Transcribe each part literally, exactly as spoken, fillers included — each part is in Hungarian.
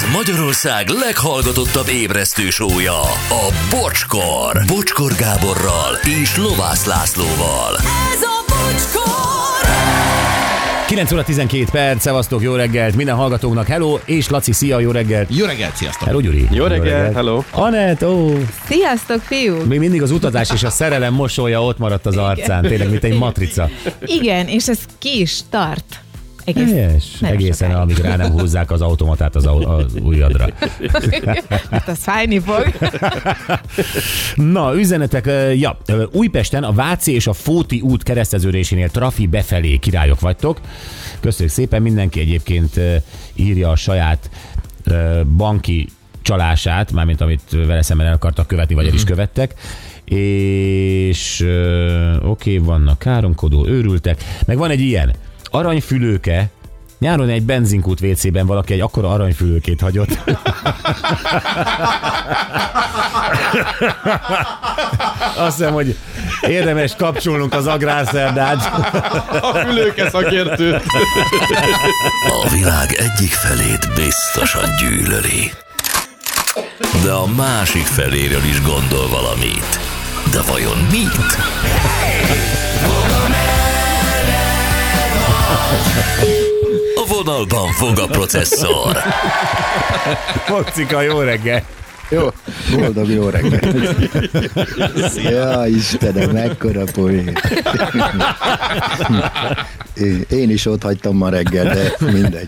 Ez Magyarország leghallgatottabb ébresztő show-ja, a Bocskor. Bocskor Gáborral és Lovász Lászlóval. Ez a Bocskor! kilenc óra tizenkét perc, szevasztok, jó reggelt minden hallgatóknak, hello, és Laci, szia, jó reggelt. Jó reggelt, sziasztok. Hello, Gyuri. Jó reggelt, hello. Anett, ó. Sziasztok, fiúk! Még mindig az utazás és a szerelem mosolya ott maradt az arcán, tényleg, mint egy matrica. Igen, és ez ki is tart. Egész, Helyes, egészen, sokáig. amíg rá nem húzzák az automatát az, au- az ujjadra. Hát az fájni fog. Na, üzenetek, ja, Újpesten a Váci és a Fóti út kereszteződésénél trafi befelé királyok vagytok. Köszönjük szépen, mindenki egyébként írja a saját banki csalását, mármint amit vele szemben el akartak követni, vagy el is követtek. És oké, okay, vannak káromkodó őrültek, meg van egy ilyen aranyfülőke, nyáron egy benzinkút vécében valaki egy akkora aranyfülőkét hagyott. Azt hiszem, hogy érdemes kapcsolnunk az agrárszerdát. A fülőke szakértő. A világ egyik felét biztosan gyűlöli, de a másik feléről is gondol valamit. De vajon mit? A vonalban fog a processzor. Fogcika, jó reggel! Jó, boldog jó reggelt. Ja, Istenem, mekkora poén. Én is ott hagytam ma reggel, de mindegy.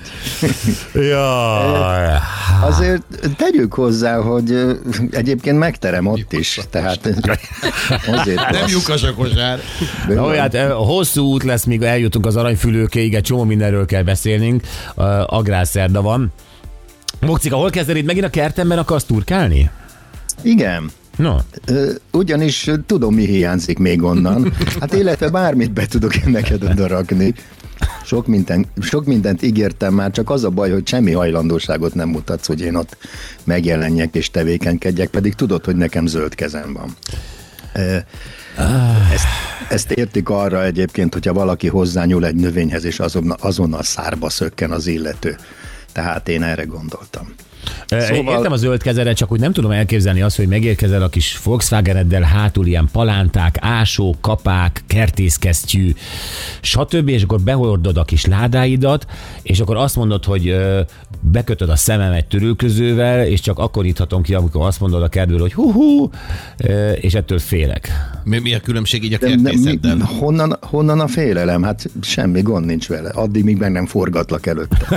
Jaj. Azért tegyük hozzá, hogy egyébként megterem ott is, tehát azért Nem lyukas a kosár. Na, hát hosszú út lesz, míg eljutunk az aranyfülőkéig, egy csomó mindenről kell beszélnünk. Agrárszerda van. Mokcika, hol kezded itt? Megint a kertemben akarsz turkálni? Igen. No. Ugyanis tudom, mi hiányzik még onnan. Hát illetve bármit be tudok én neked oda rakni. Sok, minden, sok mindent ígértem már, csak az a baj, hogy semmi hajlandóságot nem mutatsz, hogy én ott megjelenjek és tevékenykedjek, pedig tudod, hogy nekem zöld kezem van. Ezt, ezt értik arra egyébként, hogyha valaki hozzányúl egy növényhez, és azonnal, azonnal szárba szökken az illető. Tehát én erre gondoltam. Szóval... Értem a zöld kezere, csak úgy nem tudom elképzelni azt, hogy megérkezel a kis Volkswageneddel, hátul ilyen palánták, ásók, kapák, kertészkesztyű, stb. És akkor behordod a kis ládáidat, és akkor azt mondod, hogy ö, bekötöd a szemem egy törülközővel, és csak akkor nyithatom ki, amikor azt mondod a kertből, hogy hú-hú, ö, és ettől félek. Mi, mi a különbség így a De ne, mi, kertészeddel? honnan, honnan a félelem? Hát semmi gond nincs vele. Addig, míg meg nem forgatlak előtte.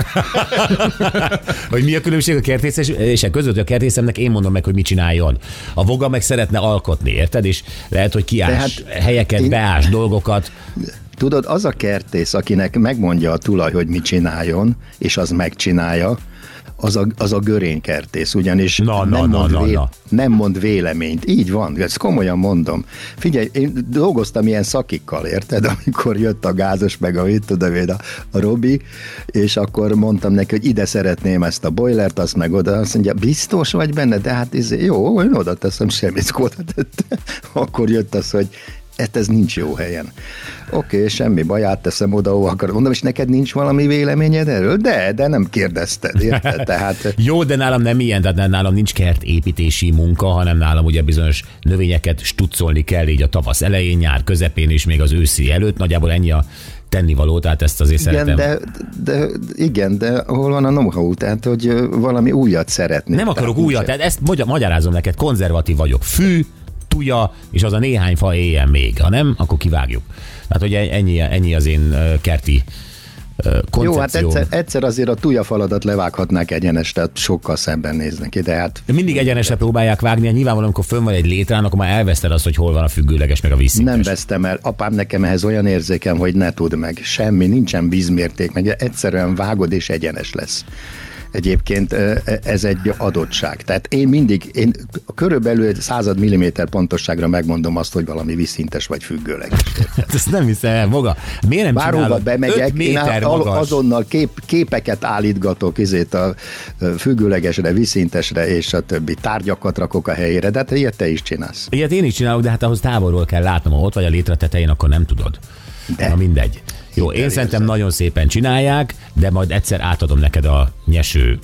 Hogy mi a különbség a kertészes és a között, a kertészemnek én mondom meg, hogy mit csináljon. A voga meg szeretne alkotni, érted? És lehet, hogy kiás Tehát helyeket, én... beás dolgokat. Tudod, az a kertész, akinek megmondja a tulaj, hogy mit csináljon, és az megcsinálja, az a, az a görénykertész, ugyanis na, nem, na, mond na, vé, na. nem mond véleményt. Így van, ezt komolyan mondom. Figyelj, én dolgoztam ilyen szakikkal, érted? Amikor jött a gázos, meg a mit tudom én, a, a Robi, és akkor mondtam neki, hogy ide szeretném ezt a boilert, azt meg oda, azt mondja, biztos vagy benne? De hát ez, jó, én oda teszem, semmit oda tette. Akkor jött az, hogy ez, ez nincs jó helyen. Oké, okay, semmi baj, átteszem oda, ahol akarod. Mondom, és neked nincs valami véleményed erről? De, de nem kérdezted, érted? Tehát... Jó, de nálam nem ilyen, tehát nálam nincs kertépítési munka, hanem nálam ugye bizonyos növényeket stuccolni kell így a tavasz elején, nyár közepén és még az őszi előtt. Nagyjából ennyi a tennivaló, tehát ezt azért igen, szeretem. De, de, igen, de hol van a know-how? Tehát, hogy valami újat szeretni. Nem akarok tehát, újat, tehát ezt magyar, magyarázom neked, konzervatív vagyok. Fű, tuja, és az a néhány fa éljen még. Ha nem, akkor kivágjuk. Tehát, hogy ennyi, ennyi az én kerti koncepció. Jó, hát egyszer, egyszer azért a tujafaladat levághatnák egyenes, tehát sokkal szebben néznek ki, de hát... Mindig egyenesre próbálják vágni, nyilvánvalóan, amikor fönn van egy létrán, akkor már elveszted azt, hogy hol van a függőleges, meg a vízszintes. Nem vesztem el. Apám nekem ehhez olyan érzékem, hogy ne tudd meg. Semmi, nincsen vízmérték, meg egyszerűen vágod és egyenes lesz. Egyébként ez egy adottság. Tehát én mindig, én körülbelül egy század milliméter pontosságra megmondom azt, hogy valami vízszintes vagy függőleges. Hát ezt nem hiszem el, maga. Miért nem bárhova csinálod? bemegyek, öt én méter al- magas. azonnal kép, képeket állítgatok izét a függőlegesre, vízszintesre és a többi. Tárgyakat rakok a helyére, de hát ilyet te is csinálsz. Ilyet én is csinálok, de hát ahhoz távolról kell látnom, ha ott vagy a létre tetején, akkor nem tudod. De. Na mindegy. Jó, én szerintem nagyon szépen csinálják, de majd egyszer átadom neked a nyeső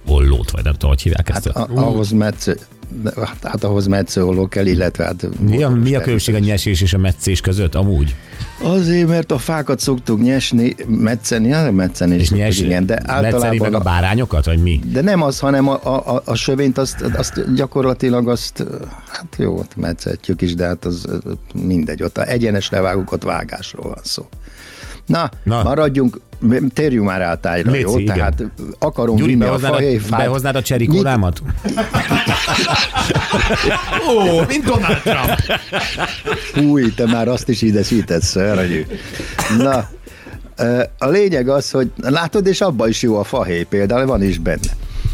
ollót, vagy nem tudom, hogy hívják ezt. Hát, a, ahhoz metsző, hát ahhoz metszőolló kell, illetve hát... Mi a, mi a különbség a nyesés és a metszés között amúgy? Azért, mert a fákat szoktuk nyesni, metszeni, hát metszeni És szoktuk, nyesni, igen, de általában... meg a bárányokat, vagy mi? De nem az, hanem a, a, a sövényt, azt, azt gyakorlatilag azt, hát jó, ott metszetjük is, de hát az mindegy, ott a egyenes levágunk, ott vágásról van szó. Na, Na. maradjunk, térjünk már át tájra, Léci, jó? igen. Tehát akarom Gyuri, vinni a behoznád, fahelyfát. behoznád a cserikólámat? Ó, mint Donald Trump. Fúj, te már azt is ide szítesz, szörnyű. Na, a lényeg az, hogy látod, és abban is jó a fahéj például, van is benne.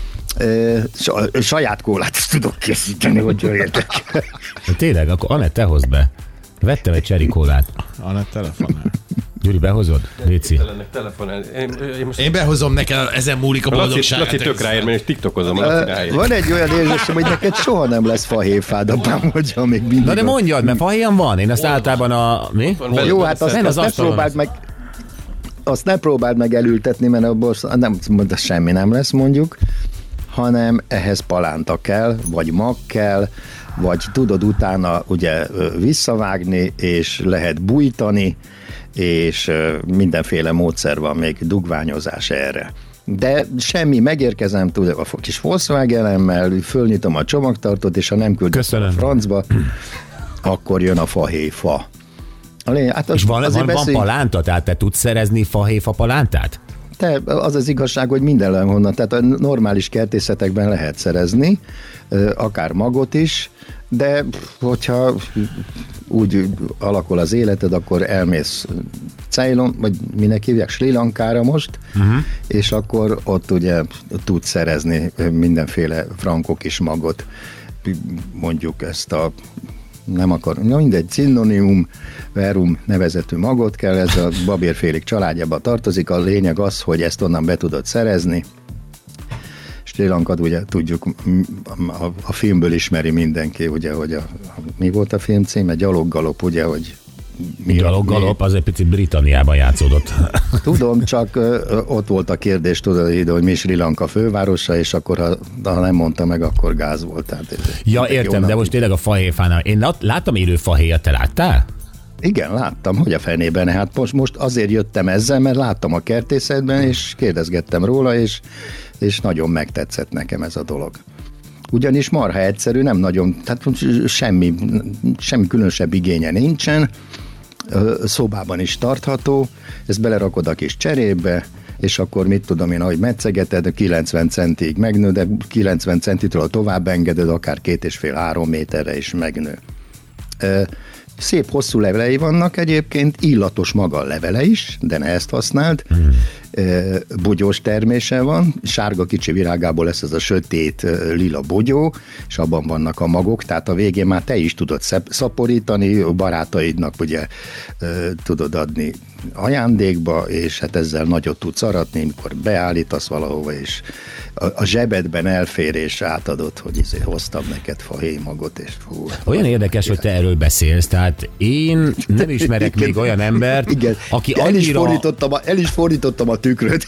Saját kólát is tudok készíteni, hogy jöjjetek. Tényleg, akkor Anett, te hozd be. Vettem egy cserikólát. Anett telefonál. Gyuri, behozod? Léci. Telefonál. Én, én, most Én behozom neked, ezen múlik a Laci, boldogságát. Laci tök ráér, mert tiktokozom. Laci Van egy olyan érzésem, hogy neked soha nem lesz fahéjfád, apám, hogyha még mindig... Na de mondjad, mert fahéjam van. Én azt általában a... Mi? Jó, hát azt, Fenn azt az ne asztalon próbáld az. meg... Azt ne próbáld meg elültetni, mert abból nem, semmi nem lesz mondjuk, hanem ehhez palánta kell, vagy mag kell, vagy tudod utána ugye visszavágni, és lehet bújtani, és mindenféle módszer van, még dugványozás erre. De semmi, megérkezem, tudod, a kis Volkswagen-emmel, fölnyitom a csomagtartót, és ha nem küldöm a francba, akkor jön a fahéjfa. A lény, hát az, És van, van, van beszélj... palánta? Tehát te tudsz szerezni fahéjfa palántát? Te, az az igazság, hogy mindenhonnan, tehát a normális kertészetekben lehet szerezni, akár magot is, de hogyha úgy alakul az életed, akkor elmész Ceylon, vagy minek hívják, Sri Lankára most, uh-huh. és akkor ott ugye tudsz szerezni mindenféle frankok is magot, mondjuk ezt a nem akar, na mindegy, Cinnonium verum nevezetű magot kell, ez a babérfélék családjába tartozik, a lényeg az, hogy ezt onnan be tudod szerezni. Sri Lankát ugye tudjuk, a, a filmből ismeri mindenki, ugye, hogy a, a, mi volt a film címe? Gyaloggalop, ugye, hogy mi Gyaloggalop, az egy picit Britanniában játszódott. Tudom, csak ö, ott volt a kérdés, tudod, ide, hogy mi Sri Lanka fővárosa, és akkor ha, ha nem mondta meg, akkor gáz volt. Tehát, ja, értem, de most tényleg a fahéjfánál. Én láttam élő fahéjat, te láttál? Igen, láttam, hogy a fenében. Hát most, most azért jöttem ezzel, mert láttam a kertészetben, és kérdezgettem róla, és, és nagyon megtetszett nekem ez a dolog. Ugyanis marha egyszerű, nem nagyon, tehát semmi, semmi különösebb igénye nincsen, szobában is tartható, ezt belerakod a kis cserébe, és akkor mit tudom én, ahogy metszegeted, kilencven centig megnő, de kilencven centitől tovább engeded, akár két és fél, három méterre is megnő. Szép hosszú levelei vannak egyébként, illatos maga a levele is, de ne ezt használd. Hmm. Bogyós termése van, sárga kicsi virágából lesz ez a sötét lila bogyó, és abban vannak a magok, tehát a végén már te is tudod szaporítani, barátaidnak ugye tudod adni ajándékba, és hát ezzel nagyot tudsz aratni, mikor beállítasz valahova, és a, a zsebedben elfér, és átadod, hogy izé hoztam neked fahéjmagot, és fú. Olyan érdekes, hogy te erről beszélsz, tehát én nem ismerek igen, még olyan embert, igen, aki el is, annyira... fordítottam a, el is fordítottam a tükröt.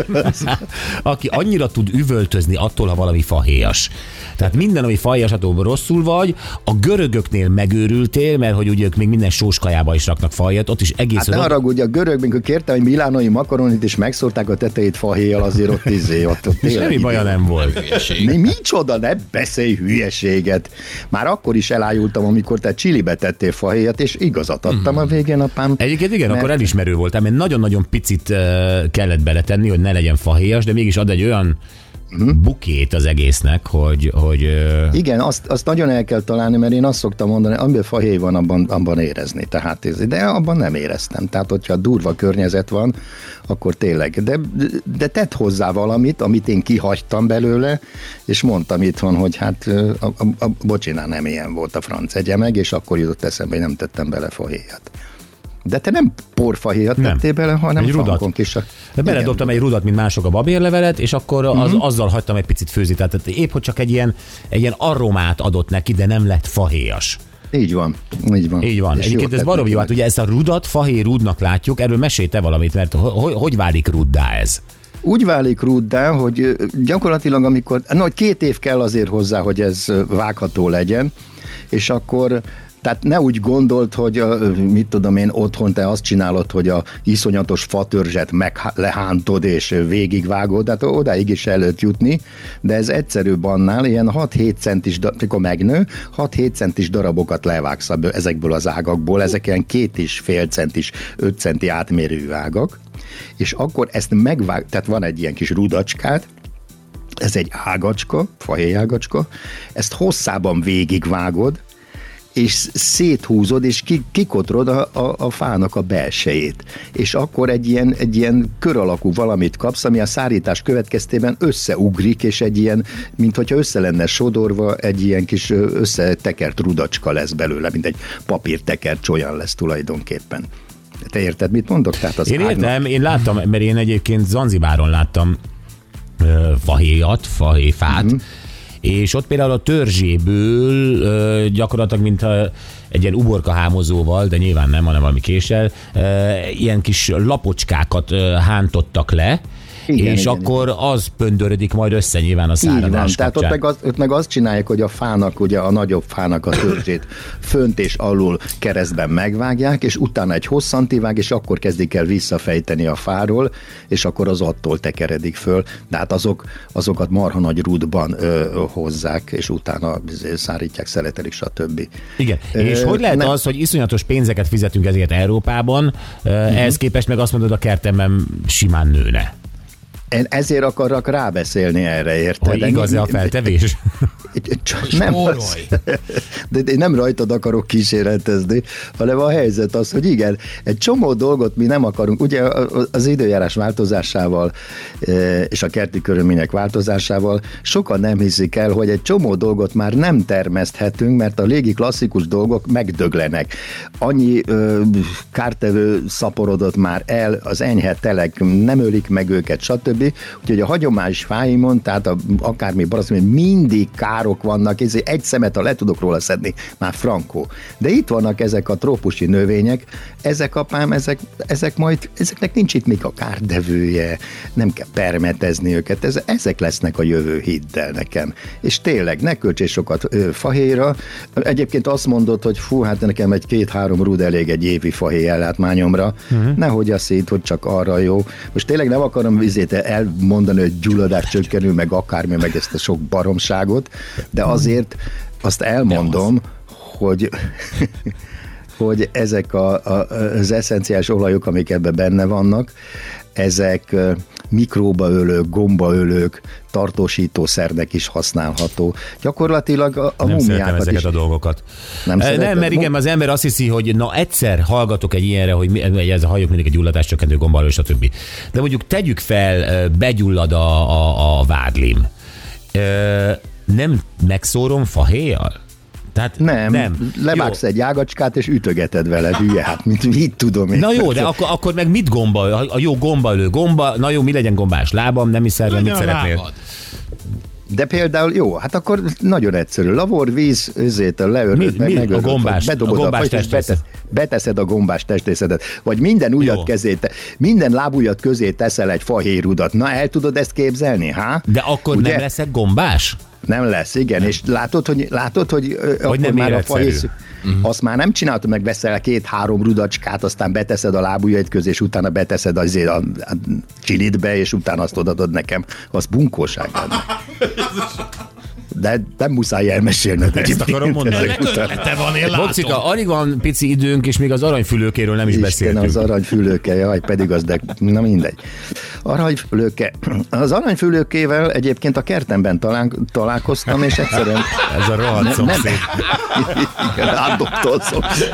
aki annyira tud üvöltözni attól, ha valami fahéjas. Tehát minden, ami fahéjas, attól rosszul vagy, a görögöknél megőrültél, mert hogy ugye ők még minden sóskajába is raknak fahéjat, ott is egész... Hát ne rossz... haragudj, a görög, mikor kértem egy milánói makaronit, és megszórták a tetejét fahéjjal, azért ott izé, ott, ott semmi baja nem volt. Mi, micsoda, ne beszélj hülyeséget. Már akkor is elájultam, amikor te csilibe tettél fahéjat, és igazat adtam a végén, apám. Egyébként igen, mert... akkor elismerő voltam, mert nagyon-nagyon picit uh, kellett beletenni, hogy ne legyen fahéjas, de mégis ad egy olyan uh-huh. bukét az egésznek, hogy... hogy uh... Igen, azt, azt nagyon el kell találni, mert én azt szoktam mondani, amiben fahéj van, abban, abban érezni. Tehát, de abban nem éreztem. Tehát, hogyha durva környezet van, akkor tényleg. De, de tett hozzá valamit, amit én kihagytam belőle, és mondtam itthon, hogy hát a, a, a bocsinál nem ilyen volt a franc egye meg, és akkor jutott eszembe, hogy nem tettem bele fahéjat. De te nem porfahéjat tettél bele, hanem egy rudat. frankon kis. De beledobtam egy rudat, mint mások a babérlevelet, és akkor az, uh-huh. azzal hagytam egy picit főzni. Tehát épp, hogy csak egy ilyen, egy ilyen aromát adott neki, de nem lett fahéjas. Így van, így van. Így van. És egyébként ez baromi jó. Hát ugye ezt a rudat fahéj rudnak látjuk, erről mesélj te valamit, mert hogy, hogy válik ruddá ez? úgy válik rúddá, hogy gyakorlatilag amikor, na, hogy két év kell azért hozzá, hogy ez vágható legyen, és akkor tehát ne úgy gondolt, hogy a, mit tudom én, otthon te azt csinálod, hogy a iszonyatos fatörzset meglehántod és végigvágod, tehát odáig is el lehet jutni, de ez egyszerűbb annál, ilyen hat-hét centis, amikor megnő, hat-hét centis darabokat levágsz ezekből az ágakból, ezek ilyen két és fél centis, öt centi átmérő ágak, és akkor ezt megvág, tehát van egy ilyen kis rudacskát, ez egy ágacska, fahéjágacska, ezt hosszában végigvágod, és széthúzod, és kikotrod a, a, a fának a belsejét. És akkor egy ilyen, egy ilyen kör alakú valamit kapsz, ami a szárítás következtében összeugrik, és egy ilyen, mint hogyha össze lenne sodorva, egy ilyen kis összetekert rudacska lesz belőle, mint egy papírtekert, olyan lesz tulajdonképpen. Te érted, mit mondok? Tehát az én ágnak... értem, én láttam, mert én egyébként Zanzibáron láttam uh, fahéjat, fahéfát, uh-huh. és ott például a törzséből uh, gyakorlatilag, mint a, egy ilyen uborkahámozóval, de nyilván nem, hanem valami késsel, uh, ilyen kis lapocskákat uh, hántottak le, igen, és igen, akkor igen. az pöndörödik majd össze nyilván a száradás kapcsán. Tehát ott meg, az, ott meg azt csinálják, hogy a fának, ugye a nagyobb fának a törzsét fönt és alul keresztben megvágják, és utána egy hosszantivág, és akkor kezdik el visszafejteni a fáról, és akkor az attól tekeredik föl. De hát azok, azokat marha nagy rúdban ö, hozzák, és utána szárítják, szeletelik, stb. Igen, ö, és hogy lehet nem... az, hogy iszonyatos pénzeket fizetünk ezért Európában, uh-huh. ehhez képest meg azt mondod, a kertemben simán nőne. Én ezért akarok rábeszélni erre, érted? Hogy igaz-e a feltevés? Nem az, de én nem rajtad akarok kísérletezni, hanem a helyzet az, hogy igen, egy csomó dolgot mi nem akarunk. Ugye az időjárás változásával és a kerti körülmények változásával sokan nem hiszik el, hogy egy csomó dolgot már nem termeszthetünk, mert a légi klasszikus dolgok megdöglenek. Annyi ö, kártevő szaporodott már el, az enyhe telek nem ölik meg őket, stb. Úgyhogy a hagyományos fáimon, tehát a, akármi baraszmi, mindig károk vannak, és egy szemet, ha le tudok róla szedni, már frankó. De itt vannak ezek a trópusi növények, ezek apám, ezek, ezek majd, ezeknek nincs itt még a kárdevője, nem kell permetezni őket, ez, ezek lesznek a jövő, hidd el nekem. És tényleg, ne költsél sokat ö, fahéjra. Egyébként azt mondod, hogy fú, hát nekem egy két-három rúd elég egy évi fahéj ellátmányomra, uh-huh. nehogy azt hidd, hogy csak arra jó. Most tényleg nem akarom vizét elmondani, hogy gyulladás csökkenő, meg akármi, meg ezt a sok baromságot, de azért azt elmondom, hogy, hogy ezek a, a, az eszenciális olajok, amik ebben benne vannak, ezek mikróbaölők, gombaölők, tartósítószernek is használható. Gyakorlatilag a, a nem múmiákat ezeket is... a dolgokat. Nem, nem, mert igen, az ember azt hiszi, hogy na egyszer hallgatok egy ilyenre, hogy ez a halljuk mindig egy gyulladás csökkentő gombaölő, stb. De mondjuk tegyük fel, begyullad a, a, a vádlim. Nem megszórom fahéjjal? Tehát nem, nem. levágsz jó. egy ágacskát, és ütögeted vele, hülye, hát mit, mit tudom én. Na jó, de akkor, akkor meg mit gomba, a jó gombaölő, gomba, na jó, mi legyen gombás lábam, nem is szerve, mit szeretnél? Lábad. De például jó, hát akkor nagyon egyszerű. Lavor, víz, özét, leöröd, meg megöröd, a gombás, bedobod a gombás a, betesz, beteszed a gombás testrészedet, vagy minden ujjat kezé, minden lábujjat közé teszel egy fahéjrudat. Na, el tudod ezt képzelni, há? De akkor ugye? Nem leszek gombás? Nem lesz, igen, és látod, hogy, látod, hogy, hogy nem már a fahéj, uh-huh. azt már nem csináltad, meg veszel két-három rudacskát, aztán beteszed a lábujjaid közé, és utána beteszed azért a, a csilidbe, és utána azt odadod nekem. Az bunkóság lenne. De nem muszáj elmesélned. Ezt akarom mondani. Te van, én látom. Bocika, alig van pici időnk, és még az aranyfülőkéről nem is Isten, beszéltünk. az aranyfülőke, jaj, pedig az, de na mindegy. Aranyfülőke. Az aranyfülőkével egyébként a kertemben talán, találkoztam, és egyszerűen... Ez a rohadt szomszéd. Igen, átdobtól szomszéd.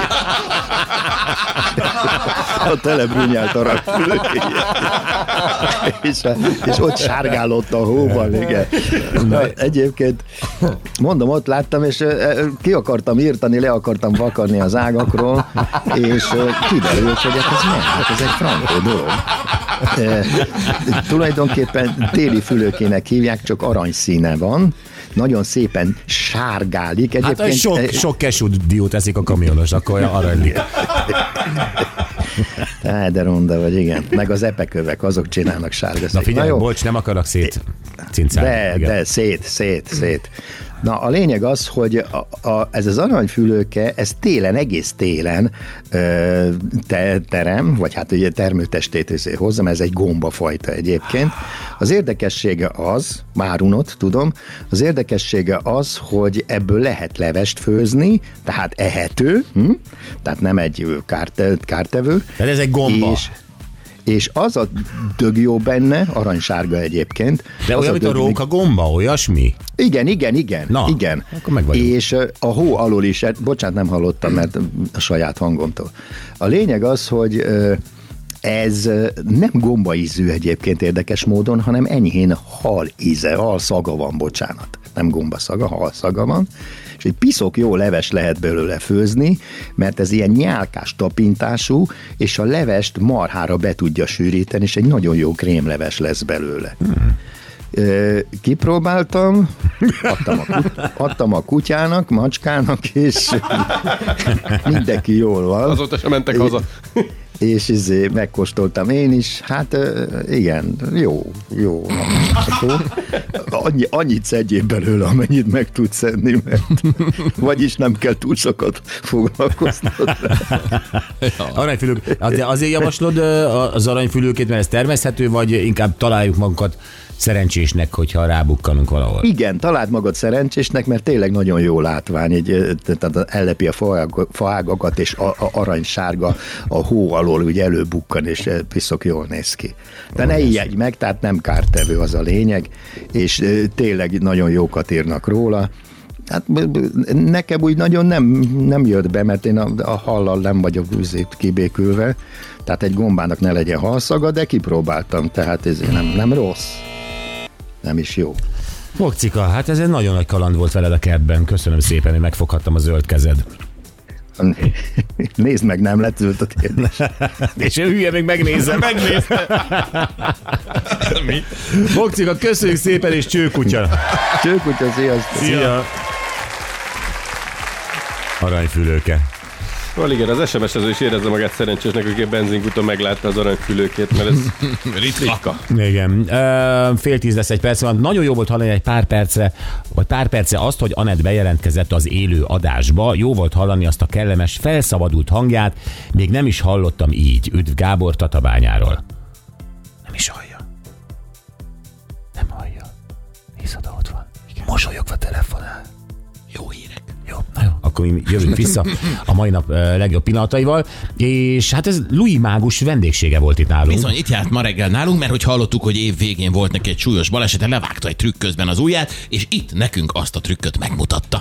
A telebrúnyált aranyfülőkéje. És, és ott sárgálott a hóban, igen. Na, egyébként mondom, ott láttam, és ki akartam írtani, le akartam vakarni az ágakról, és kiderült, hogy ez nem, hát ez egy frankó dolog. E, tulajdonképpen téli fülőkének hívják, csak aranyszíne van, nagyon szépen sárgálik. Egyébként, hát sok, sok kesú diót eszik a kamionos, akkor aranylik. Te, de ronda vagy, igen. Meg az epekövek, azok csinálnak sárga Na szét. figyelj, jó. bocs, nem akarok szét cincálni. De, Igen. de, szét, szét, szét. Na, a lényeg az, hogy a, a, ez az aranyfülőke, ez télen, egész télen ö, te, terem, vagy hát ugye termőtestét ezért hozzam, ez egy gombafajta egyébként. Az érdekessége az, márunot tudom, az érdekessége az, hogy ebből lehet levest főzni, tehát ehető, hm? Tehát nem egy kárte, kártevő. Tehát ez egy gomba. És, és az a dög jó benne, aranysárga egyébként. De az olyan, mint a dög- róka gomba, olyasmi? Igen, igen, igen. Na, igen. akkor meg vagyunk. És ö, a hó alól is, bocsánat, nem hallottam, mert a saját hangomtól. A lényeg az, hogy ö, ez ö, nem gomba ízű egyébként érdekes módon, hanem enyhén hal íze, hal szaga van, bocsánat. Nem gomba szaga, hal szaga van. És egy piszok jó leves lehet belőle főzni, mert ez ilyen nyálkás tapintású, és a levest marhára be tudja sűríteni, és egy nagyon jó krémleves lesz belőle. Hmm. Ö, kipróbáltam, adtam a, kut- adtam a kutyának, macskának, és mindenki jól van. Azóta sem mentek haza. És izé, megkóstoltam én is, hát ö, igen, jó, jó. jó. Annyi, annyit szedjél belőle, amennyit meg tudsz szedni, mert vagyis nem kell túl sokat foglalkoznod. Aranyfülők. Azért, azért javaslod ö, az aranyfülőkét, mert ez termeszthető, vagy inkább találjuk magunkat szerencsésnek, hogyha rábukkanunk valahol? Igen, találd magad szerencsésnek, mert tényleg nagyon jó látvány, egy, ö, tehát ellepi a faág- faágakat, és a, a aranysárga a hó alól ugye előbukkan, és ö, piszok jól néz ki. De ne ijedj meg, tehát nem kártevő, az a lényeg, és ö, tényleg nagyon jókat írnak róla. Hát b- b- nekem úgy nagyon nem, nem jött be, mert én a, a hallal nem vagyok üzét kibékülve, tehát egy gombának ne legyen halszaga, de kipróbáltam, tehát ez nem, nem rossz. Nem is jó. Fogcika, hát ez egy nagyon nagy kaland volt veled a kertben. Köszönöm szépen, hogy megfoghattam a zöld kezed. Nézd meg, nem lett zöld a kérdés. És én hülye, még megnézem. Megnéztem. Mi? Fogcika, köszönjük szépen, és csőkutya. Csőkutya, sziasztok! Szia! Aranyfülőke. Val igen, az es em es-ező is érezze magát szerencsésnek, aki a benzinkuton meglátta az aranyfülőkét, mert ez Ritka. ritka. Igen. Ö, fél tíz lesz egy perc van. Nagyon jó volt hallani egy pár percre, vagy pár perce azt, hogy Anett bejelentkezett az élő adásba. Jó volt hallani azt a kellemes, felszabadult hangját. Még nem is hallottam így. Üdv Gábor Tatabányáról. Nem is hallja. Nem hallja. Hiszod, ott van. Igen. Mosolyogva telefonál. Jó hírek. Jó, na jó, akkor mi jövünk vissza a mai nap uh, legjobb pillanataival, és hát ez Louis Mágus vendégsége volt itt nálunk. Bizony, itt járt ma reggel nálunk, mert hogy hallottuk, hogy év végén volt neki egy súlyos baleset, levágta egy trükk közben az ujját, és itt nekünk azt a trükköt megmutatta.